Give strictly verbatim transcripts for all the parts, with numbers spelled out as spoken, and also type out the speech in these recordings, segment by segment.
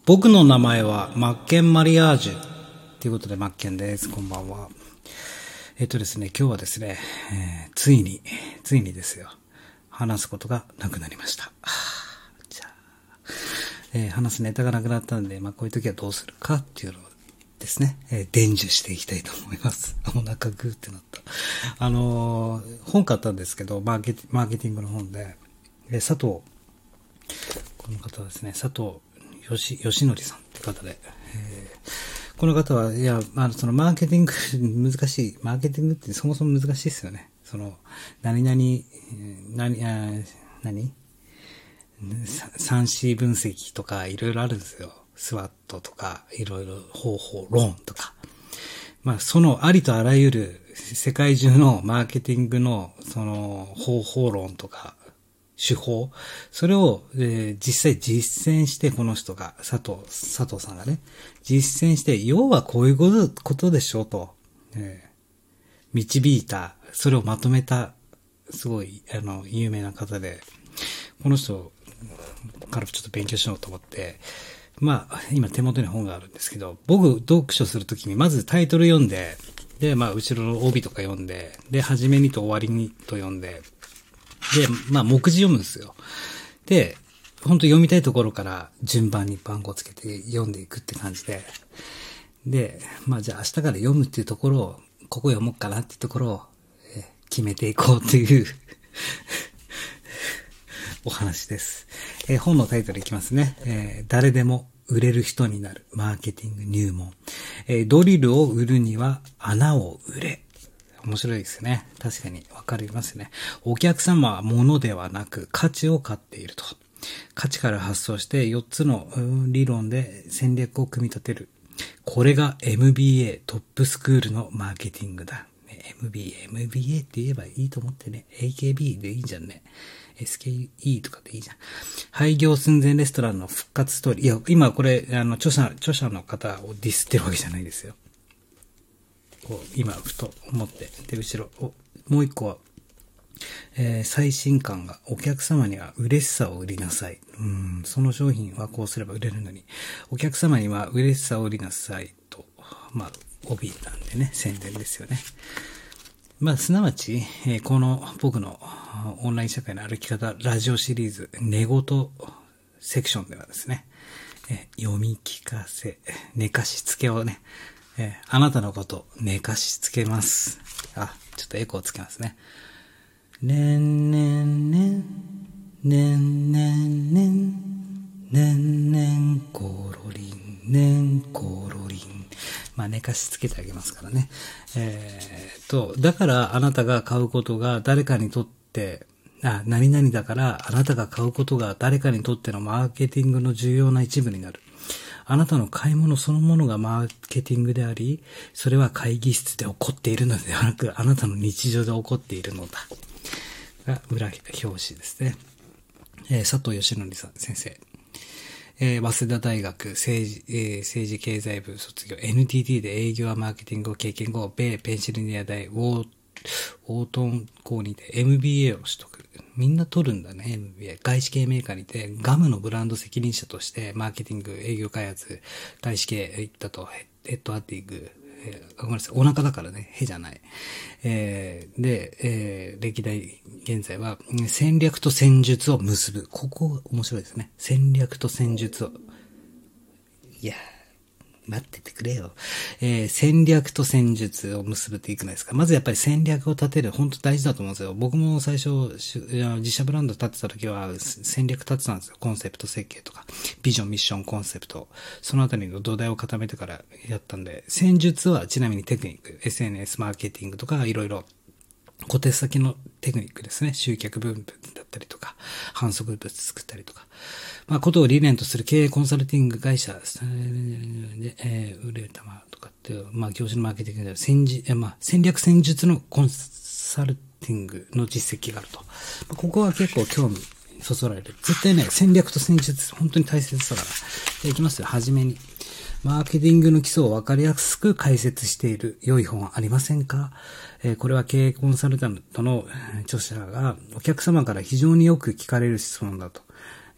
僕の名前はマッケンマリアージュということでマッケンです。こんばんは。えっとですね、今日はですね、えー、ついに、ついにですよ、話すことがなくなりました。じゃあ、えー、話すネタがなくなったんで、まあこういう時はどうするかっていうのをですね、えー、伝授していきたいと思います。お腹グーってなった。あのー、本買ったんですけど、マーケティ、マーケティングの本で、えー、佐藤、この方はですね、佐藤よし、よしのりさんって方で、えー、この方は、いや、あの、そのマーケティング、難しい、マーケティングってそもそも難しいですよね。その、何々、何、あ何 スリーシー 分析とかいろいろあるんですよ。スワットとか、いろいろ方法論とか。まあ、そのありとあらゆる世界中のマーケティングのその方法論とか、手法。それを、えー、実際実践して、この人が、佐藤、佐藤さんがね、実践して、要はこういうこと、ことでしょうと、えー、導いた、それをまとめた、すごい、あの、有名な方で、この人からちょっと勉強しようと思って、まあ、今手元に本があるんですけど、僕、読書するときに、まずタイトル読んで、で、まあ、後ろの帯とか読んで、で、初めにと終わりにと読んで、で、まあ、目次読むんですよ。で、本当読みたいところから順番に番号つけて読んでいくって感じで。で、まあ、じゃあ明日から読むっていうところを、ここ読もうかなっていうところを、え決めていこうっていうお話です。えー、本のタイトルいきますね。えー、誰でも売れる人になるマーケティング入門。えー、ドリルを売るには穴を売れ。面白いですね。確かにわかりますね。お客様は物ではなく価値を買っていると。価値から発想してよっつの理論で戦略を組み立てる。これが エムビーエー トップスクールのマーケティングだ。エムビーエー、エムビーエー って言えばいいと思ってね。エーケービー でいいじゃんね。エスケーイー とかでいいじゃん。廃業寸前レストランの復活ストーリー。いや、今これ、あの、著者、著者の方をディスってるわけじゃないですよ。こう今ふと思って、で後ろおもう一個は、えー、最新刊がお客様には嬉しさを売りなさい。うん、その商品はこうすれば売れるのに、お客様には嬉しさを売りなさいと、まあ帯なんでね、宣伝ですよね。まあすなわち、えー、この僕のオンライン社会の歩き方ラジオシリーズ寝言セクションではですね、えー、読み聞かせ寝かしつけをね。えー、あなたのこと寝かしつけます。あ、ちょっとエコーつけますね。ねんねんねん、ねんねんねん、ねんねんころりん、ねんころりん。まあ寝かしつけてあげますからね。えー、と、だからあなたが買うことが誰かにとって、あ、何々だからあなたが買うことが誰かにとってのマーケティングの重要な一部になる。あなたの買い物そのものがマーケティングであり、それは会議室で起こっているのではなく、あなたの日常で起こっているのだ。が、裏表紙ですね。えー、佐藤義則さん先生。えー、早稲田大学政治、えー、政治経済部卒業、エヌティーティー で営業やマーケティングを経験後、米ペンシルニア大ウォー、ウォートン校にて エムビーエー を取得。みんな取るんだね、エムビーエー。外資系メーカーにて、ガムのブランド責任者として、マーケティング、営業開発、外資系行ったと、ヘッドハッティング、えー、ごめんなさい、お腹だからね、へじゃない。えー、で、えー、歴代、現在は、戦略と戦術を結ぶ。ここ、面白いですね。戦略と戦術を。いやー。待っててくれよ。えー、戦略と戦術を結ぶっていくないですか。まずやっぱり戦略を立てる。本当大事だと思うんですよ。僕も最初、自社ブランド立てた時は戦略立てたんですよ。コンセプト設計とか。ビジョン、ミッション、コンセプト。そのあたりの土台を固めてからやったんで、戦術はちなみにテクニック、エスエヌエス マーケティングとかいろいろ小手先のテクニックですね。集客分布だったりとか、反則物作ったりとか。まあ、ことを理念とする経営コンサルティング会社で、えー、売れたまとかっていう、まあ、業種のマーケティングでは戦時、えー、まあ、戦略戦術のコンサルティングの実績があると。まあ、ここは結構興味そそられる。絶対ね、戦略と戦術、本当に大切だから。じゃあいきますよ、はじめに。マーケティングの基礎を分かりやすく解説している良い本はありませんか？えー、これは経営コンサルタントの著者がお客様から非常によく聞かれる質問だと。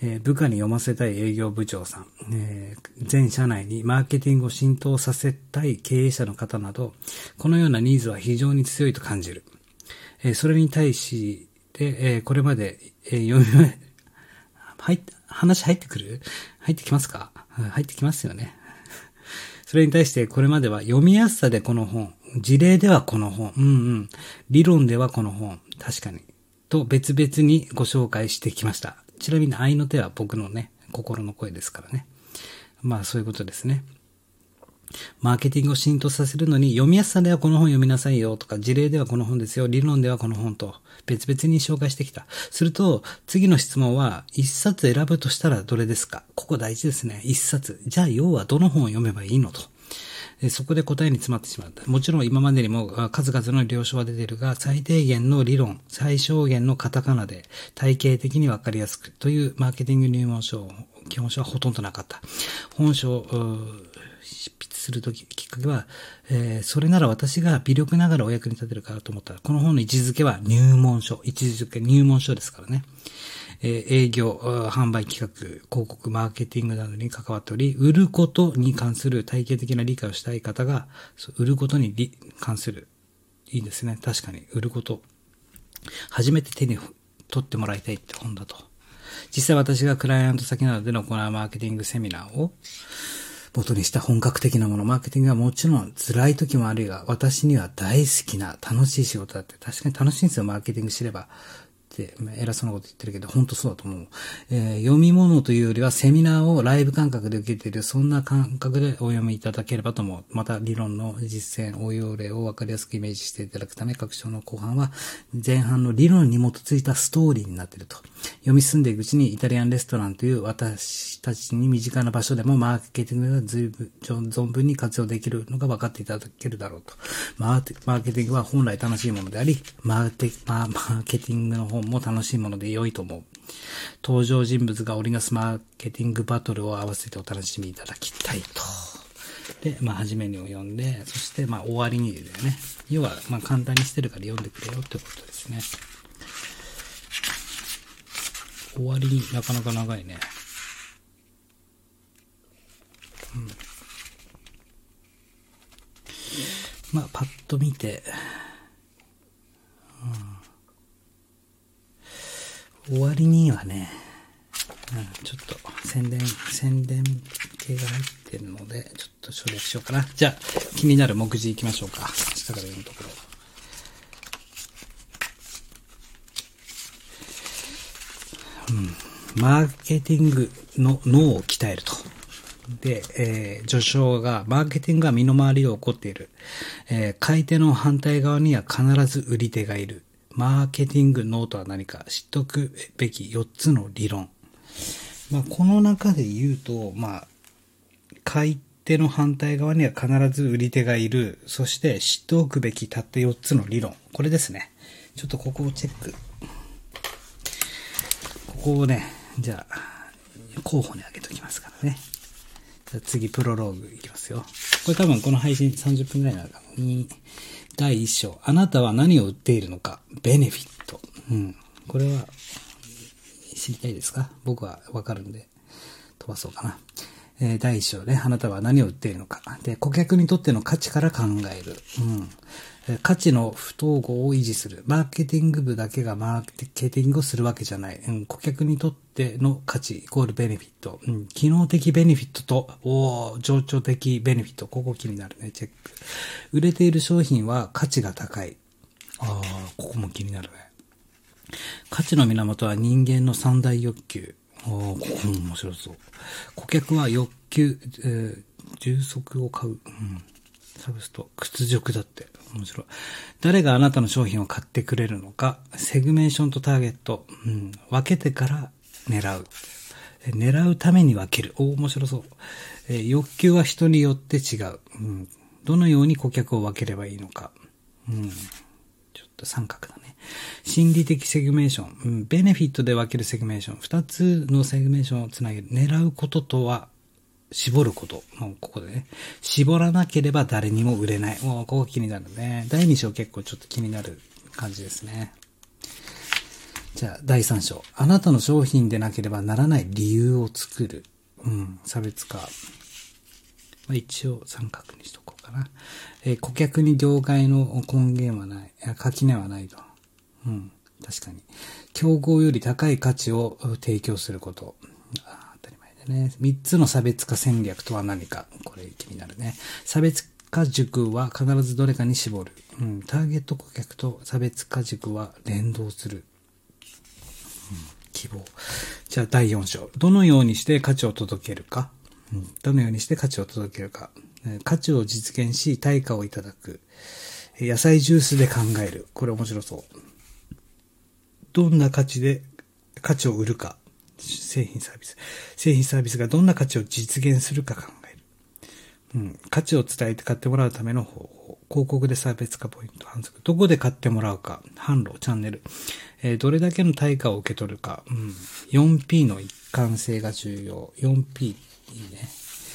えー、部下に読ませたい営業部長さん、えー、全社内にマーケティングを浸透させたい経営者の方など、このようなニーズは非常に強いと感じる。えー、それに対して、えー、これまで、えー、読み、入っ、話入ってくる？入ってきますか？入ってきますよね。それに対してこれまでは読みやすさでこの本、事例ではこの本、うんうん、理論ではこの本、確かに、と別々にご紹介してきました。ちなみに愛の手は僕のね、心の声ですからね。まあそういうことですね。マーケティングを浸透させるのに、読みやすさではこの本読みなさいよとか、事例ではこの本ですよ、理論ではこの本と、別々に紹介してきた。すると、次の質問は、一冊選ぶとしたらどれですか？ここ大事ですね。一冊。じゃあ、要はどの本を読めばいいのと。そこで答えに詰まってしまった。もちろん今までにも数々の了承は出ているが、最低限の理論、最小限のカタカナで体系的にわかりやすくというマーケティング入門書、基本書はほとんどなかった。本書を執筆するとき、きっかけは、えー、それなら私が微力ながらお役に立てるからと思った。この本の位置づけは入門書。位置づけ入門書ですからね。営業、販売企画、広告、マーケティングなどに関わっており、売ることに関する体系的な理解をしたい方が、売ることに関する、いいですね。確かに、売ること。初めて手に取ってもらいたいって本だと。実際私がクライアント先などでの行うマーケティングセミナーを元にした本格的なもの、マーケティングはもちろん辛い時もあるが、私には大好きな楽しい仕事だって、確かに楽しいんですよ、マーケティング知れば。って偉そうなこと言ってるけど、本当そうだと思う。えー、読み物というよりはセミナーをライブ感覚で受けている、そんな感覚でお読みいただければと思う。また理論の実践、応用例を分かりやすくイメージしていただくため、各章の後半は前半の理論に基づいたストーリーになっていると。読み進んでいくうちにイタリアンレストランという私たちに身近な場所でもマーケティングが随分存分に活用できるのが分かっていただけるだろうと。マーケティングは本来楽しいものであり、マーテ、マーケティングの本も楽しいもので良いと思う。登場人物が織りなすマーケティングバトルを合わせてお楽しみいただきたいと。で、まあ、初めにを読んで、そして、まあ、終わりにだよね。要は、まあ、簡単にしてるから読んでくれよってことですね。終わりになかなか長いね。うん。まあ、パッと見て、終わりにはね、うん、ちょっと宣伝、宣伝系が入ってるので、ちょっと省略しようかな。じゃあ、気になる目次行きましょうか。下から読むところ。うん、マーケティングの脳を鍛えると。で、えー、序章が、マーケティングは身の回りで起こっている。えー、買い手の反対側には必ず売り手がいる。マーケティングノーとは何か知っておくべきよっつの理論。まあ、この中で言うと、まあ、買い手の反対側には必ず売り手がいる。そして知っておくべきたったよっつの理論。これですね。ちょっとここをチェック。ここをね、じゃあ、候補に挙げておきますからね。じゃあ次、プロローグいきますよ。これ多分この配信さんじゅっぷんくらいになるかに。だいいっ章。あなたは何を売っているのか。ベネフィット。うん。これは、知りたいですか？僕はわかるんで、飛ばそうかな。えー、だいいっ章ね。あなたは何を売っているのか。で、顧客にとっての価値から考える。うん。価値の不統合を維持する。マーケティング部だけがマーケティングをするわけじゃない。うん、顧客にとっての価値イコールベネフィット。うん、機能的ベネフィットと、おー、情緒的ベネフィット。ここ気になるね。チェック。売れている商品は価値が高い。あー、ここも気になるね。価値の源は人間の三大欲求。あー、ここも面白そう。顧客は欲求、えー、充足を買う。うん。サブスト、屈辱だって。面白い。誰があなたの商品を買ってくれるのか、セグメーションとターゲット、うん、分けてから狙う。狙うために分ける。お、面白そう。えー、欲求は人によって違う、うん。どのように顧客を分ければいいのか。うん、ちょっと三角だね。心理的セグメーション、うん。ベネフィットで分けるセグメーション。二つのセグメーションをつなげる。狙うこととは、絞ること。もうここでね。絞らなければ誰にも売れない。もうここ気になるね。だいに章結構ちょっと気になる感じですね。 じゃあ、だいさん章。あなたの商品でなければならない理由を作る。うん、差別化。まあ、一応三角にしとこうかな。えー、顧客に業界の根源はない。垣根はないと。うん、確かに。競合より高い価値を提供すること。あ、当たり前だね。三つの差別化戦略とは何か。これ気になるね。差別化軸は必ずどれかに絞る。うん、ターゲット顧客と差別化軸は連動する。うん、希望。じゃあだいよん章。どのようにして価値を届けるか。うん、どのようにして価値を届けるか。価値を実現し対価をいただく。野菜ジュースで考える。これ面白そう。どんな価値で価値を売るか。製品サービス。製品サービスがどんな価値を実現するか考える。うん、価値を伝えて買ってもらうための方法。広告で差別化ポイント、反則。どこで買ってもらうか。販路、チャンネル。えー、どれだけの対価を受け取るか。うん、よんピー の一貫性が重要。よんピー、いいね。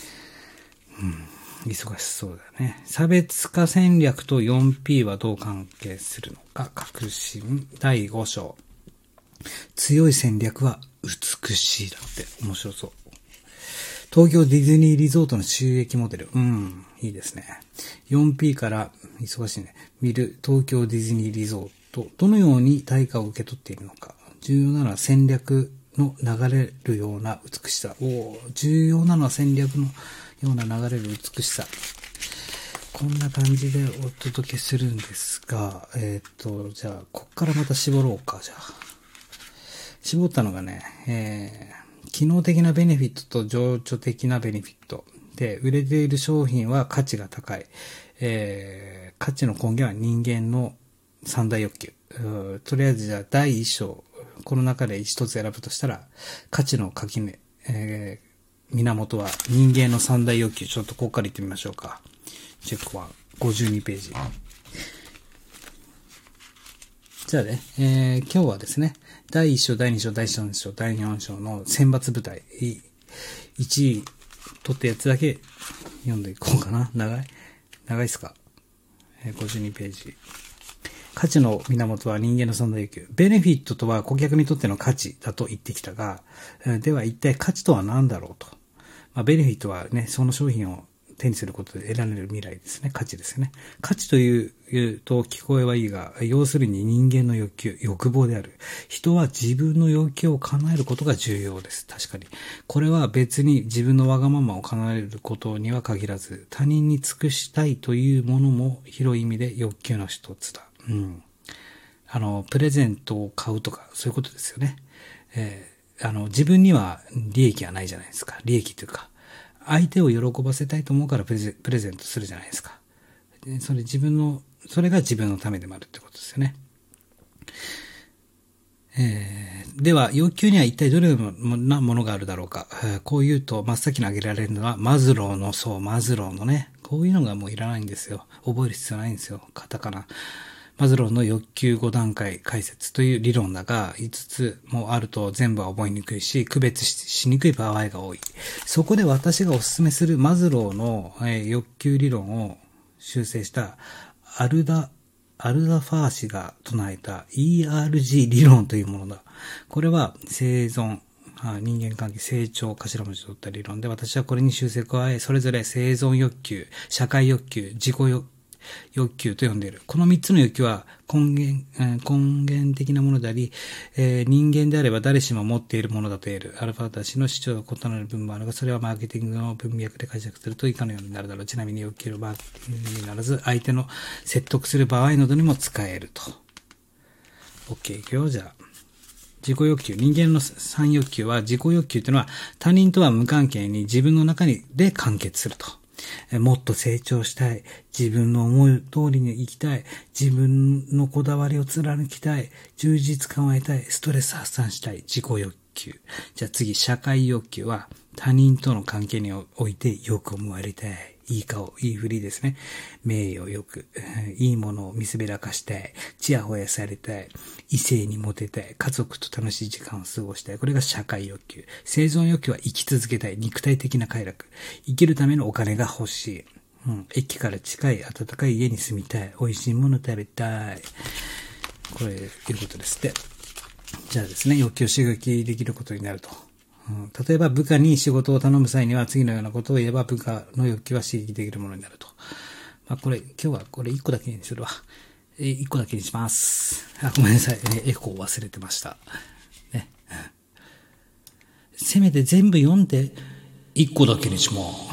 うん、忙しそうだね。差別化戦略と よんピー はどう関係するのか。革新。だいご章。強い戦略は美しいだって。面白そう。東京ディズニーリゾートの収益モデル。うん、いいですね。よんピー から忙しいね。見る東京ディズニーリゾート。どのように対価を受け取っているのか。重要なのは戦略の流れるような美しさ。お重要なのは戦略のような流れる美しさ。こんな感じでお届けするんですが、えっと、じゃあ、こっからまた絞ろうか、じゃあ。絞ったのがね、えー、機能的なベネフィットと情緒的なベネフィット。で、売れている商品は価値が高い。えー、価値の根源は人間の三大欲求。とりあえずじゃあ、だいいっ章。この中で一つ選ぶとしたら、価値の垣根、えー、源は人間の三大欲求。ちょっとここから言ってみましょうか。チェックいち、ごじゅうにページ。じゃあね、えー、今日はですね、だいいっ章、だいに章、だいさん章、だいよん章の選抜舞台、いちい取ったやつだけ読んでいこうかな。長い長いっすか、えー、ごじゅうにページ。価値の源は人間の三大欲求。ベネフィットとは顧客にとっての価値だと言ってきたが、では一体価値とは何だろうと。まあ、ベネフィットはね、その商品を手にすることで得られる未来ですね。価値ですね。価値というと聞こえはいいが、要するに人間の欲求、欲望である。人は自分の欲求を叶えることが重要です。確かに。これは別に自分のわがままを叶えることには限らず、他人に尽くしたいというものも広い意味で欲求の一つだ。うん。あの、プレゼントを買うとか、そういうことですよね。えー、あの、自分には利益はないじゃないですか。利益というか。相手を喜ばせたいと思うからプレゼ、プレゼントするじゃないですか。で、それ自分の、それが自分のためでもあるってことですよね。えー、では、要求には一体どのようなものがあるだろうか。えー、こう言うと真っ先に挙げられるのは、マズローの層、マズローのね。こういうのがもういらないんですよ。覚える必要ないんですよ。カタカナ。マズローの欲求ご段階解説という理論だが、いつつもあると全部は覚えにくいし、区別しにくい場合が多い。そこで私がお勧めするマズローの、えー、欲求理論を修正したアルダ、アルダファー氏が唱えた イーアールジー 理論というものだ。これは生存、人間関係、成長、頭文字を取った理論で、私はこれに修正を加え、それぞれ生存欲求、社会欲求、自己欲求、欲求と呼んでいる。この三つの欲求は根源、えー、根源的なものであり、えー、人間であれば誰しも持っているものだと言える。アルファータ氏の主張が異なる部分もあるが、それはマーケティングの文脈で解釈すると以下のようになるだろう。ちなみに欲求のマーケティングにならず、相手の説得する場合などにも使えると。OK、いくよ、じゃあ。自己欲求。人間の三欲求は、自己欲求というのは他人とは無関係に自分の中にで完結すると。もっと成長したい。自分の思い通りに生きたい。自分のこだわりを貫きたい。充実感を得たい。ストレス発散したい。自己欲求。じゃあ次、社会欲求は他人との関係においてよく思われたい。いい顔、いい振りですね。名誉よく、いいものを見せびらかしたい。ちやほやされたい。異性にモテたい。家族と楽しい時間を過ごしたい。これが社会欲求。生存欲求は生き続けたい。肉体的な快楽。生きるためのお金が欲しい。うん、駅から近い暖かい家に住みたい。美味しいもの食べたい。これ、いうことですって。 じゃあですね、欲求を刺激できることになると。うん、例えば部下に仕事を頼む際には次のようなことを言えば部下の欲求は刺激できるものになると。まあこれ、今日はこれいっこだけにするわ。えー、いっこだけにします。あ、ごめんなさい。えー、エコー忘れてました。ね。せめて全部読んでいっこだけにします。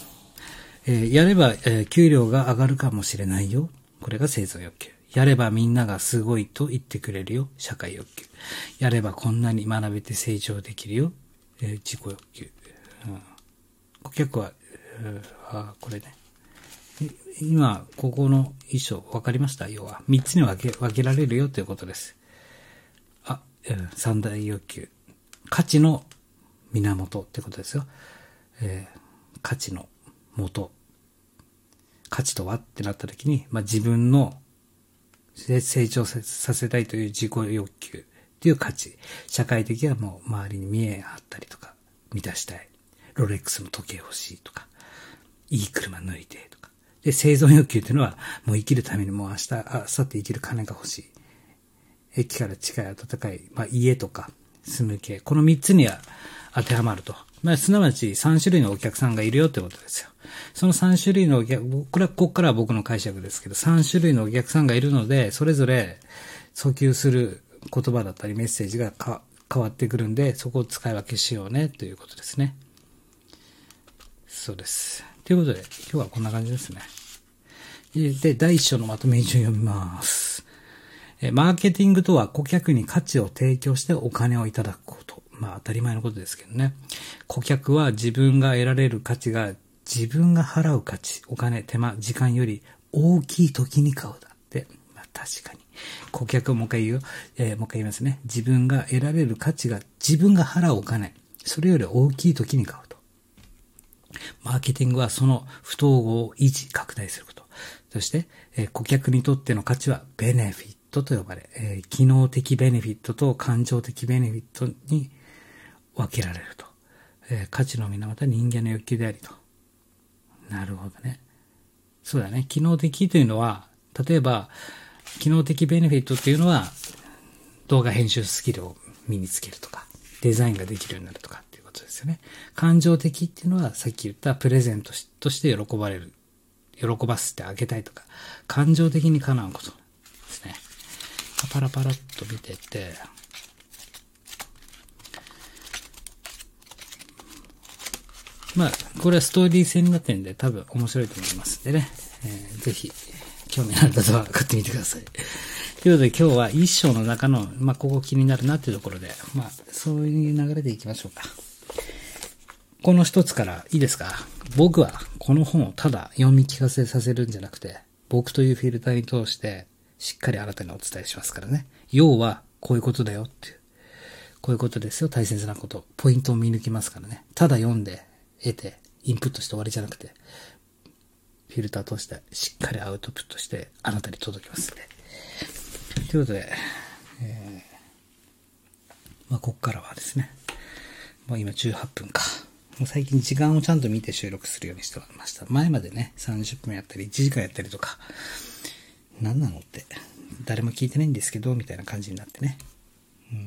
えー、やれば、えー、給料が上がるかもしれないよ。これが生存欲求。やればみんながすごいと言ってくれるよ。社会欲求。やればこんなに学べて成長できるよ。えー、自己欲求。うん、顧客は、えー、あこれね。今、ここの衣装分かりました？要は。三つに分け、分けられるよということです。あ、うん、三大欲求。価値の源ってことですよ。えー、価値の元。価値とはってなった時に、まあ、自分の成長させたいという自己欲求っていう価値。社会的はもう周りに見え張ったりとか、満たしたい。ロレックスの時計欲しいとか、いい車乗りてとか。で、生存欲求っていうのは、もう生きるためにもう明日、明後日生きる金が欲しい。駅から近い暖かい、まあ家とか、住む系。この三つには当てはまると。まあ、すなわち三種類のお客さんがいるよってことですよ。その三種類のお客、これはここからは僕の解釈ですけど、三種類のお客さんがいるので、それぞれ訴求する言葉だったりメッセージがか変わってくるんで、そこを使い分けしようねということですね。そうです。ということで、今日はこんな感じですね。で、だいいっ章のまとめ順読みます。マーケティングとは顧客に価値を提供してお金をいただくこと。まあ当たり前のことですけどね。顧客は自分が得られる価値が自分が払う価値、お金、手間、時間より大きい時に買うだって。まあ確かに。顧客をもう一回言うよ。えー、もう一回言いますね。自分が得られる価値が自分が払うお金、それより大きい時に買うと。マーケティングはその不統合を維持、拡大すること。そして、えー、顧客にとっての価値はベネフィットと呼ばれ、えー、機能的ベネフィットと感情的ベネフィットに分けられると。えー、価値の源は人間の欲求でありと。なるほどね。そうだね。機能的というのは、例えば、機能的ベネフィットっていうのは、動画編集スキルを身につけるとか、デザインができるようになるとかっていうことですよね。感情的っていうのは、さっき言ったプレゼントとして喜ばれる。喜ばせてあげたいとか、感情的に叶うことですね。パラパラっと見てて、まあ、これはストーリー性になってるんで多分面白いと思いますんでね。えー、ぜひ、興味ある方は買ってみてください。ということで今日は一章の中の、まあ、ここ気になるなっていうところで、まあ、そういう流れでいきましょうか。この一つからいいですか？僕はこの本をただ読み聞かせさせるんじゃなくて、僕というフィルターに通してしっかりあなたにお伝えしますからね。要はこういうことだよっていう。こういうことですよ。大切なこと。ポイントを見抜きますからね。ただ読んで、得て、インプットして終わりじゃなくて、フィルター通してしっかりアウトプットしてあなたに届きますんで。ということで、えー、まあここからはですね、もう今じゅうはっぷんか。もう最近時間をちゃんと見て収録するようにしてました。前までね、さんじゅっぷんやったりいちじかんやったりとか、何なのって誰も聞いてないんですけどみたいな感じになってね。うん、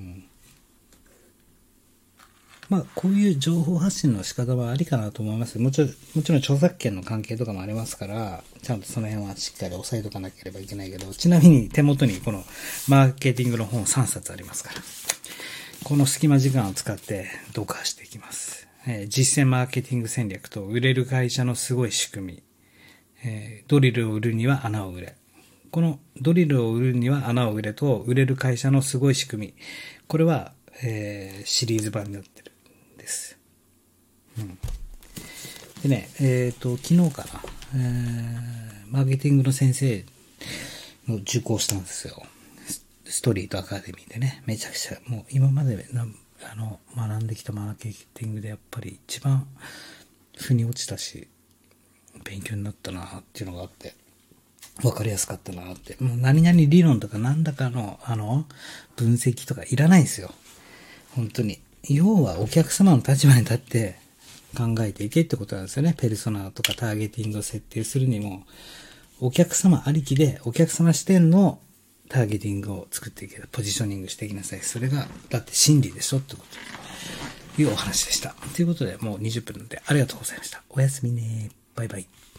まあこういう情報発信の仕方はありかなと思います。もちろんもちろん著作権の関係とかもありますから、ちゃんとその辺はしっかり押さえとかなければいけないけど、ちなみに手元にこのマーケティングの本さんさつありますから、この隙間時間を使って読破していきます。えー、実践マーケティング戦略と売れる会社のすごい仕組み、えー、ドリルを売るには穴を売れ。このドリルを売るには穴を売れと売れる会社のすごい仕組み。これは、えー、シリーズ版になってるんです。うん、でね、えっと、昨日かな、えー、マーケティングの先生の受講したんですよ。ストリートアカデミーでね、めちゃくちゃ、もう今までなあの学んできたマーケティングでやっぱり一番腑に落ちたし勉強になったなっていうのがあって、分かりやすかったなって。もう何々理論とか何だかのあの分析とかいらないんですよ。本当に。要はお客様の立場に立って考えていけってことなんですよね。ペルソナとかターゲティングを設定するにもお客様ありきでお客様視点のターゲティングを作っていけば、ポジショニングしていきなさい。それが、だって真理でしょってこというお話でした。ということで、もうにじゅっぷんなので、ありがとうございました。おやすみね。バイバイ。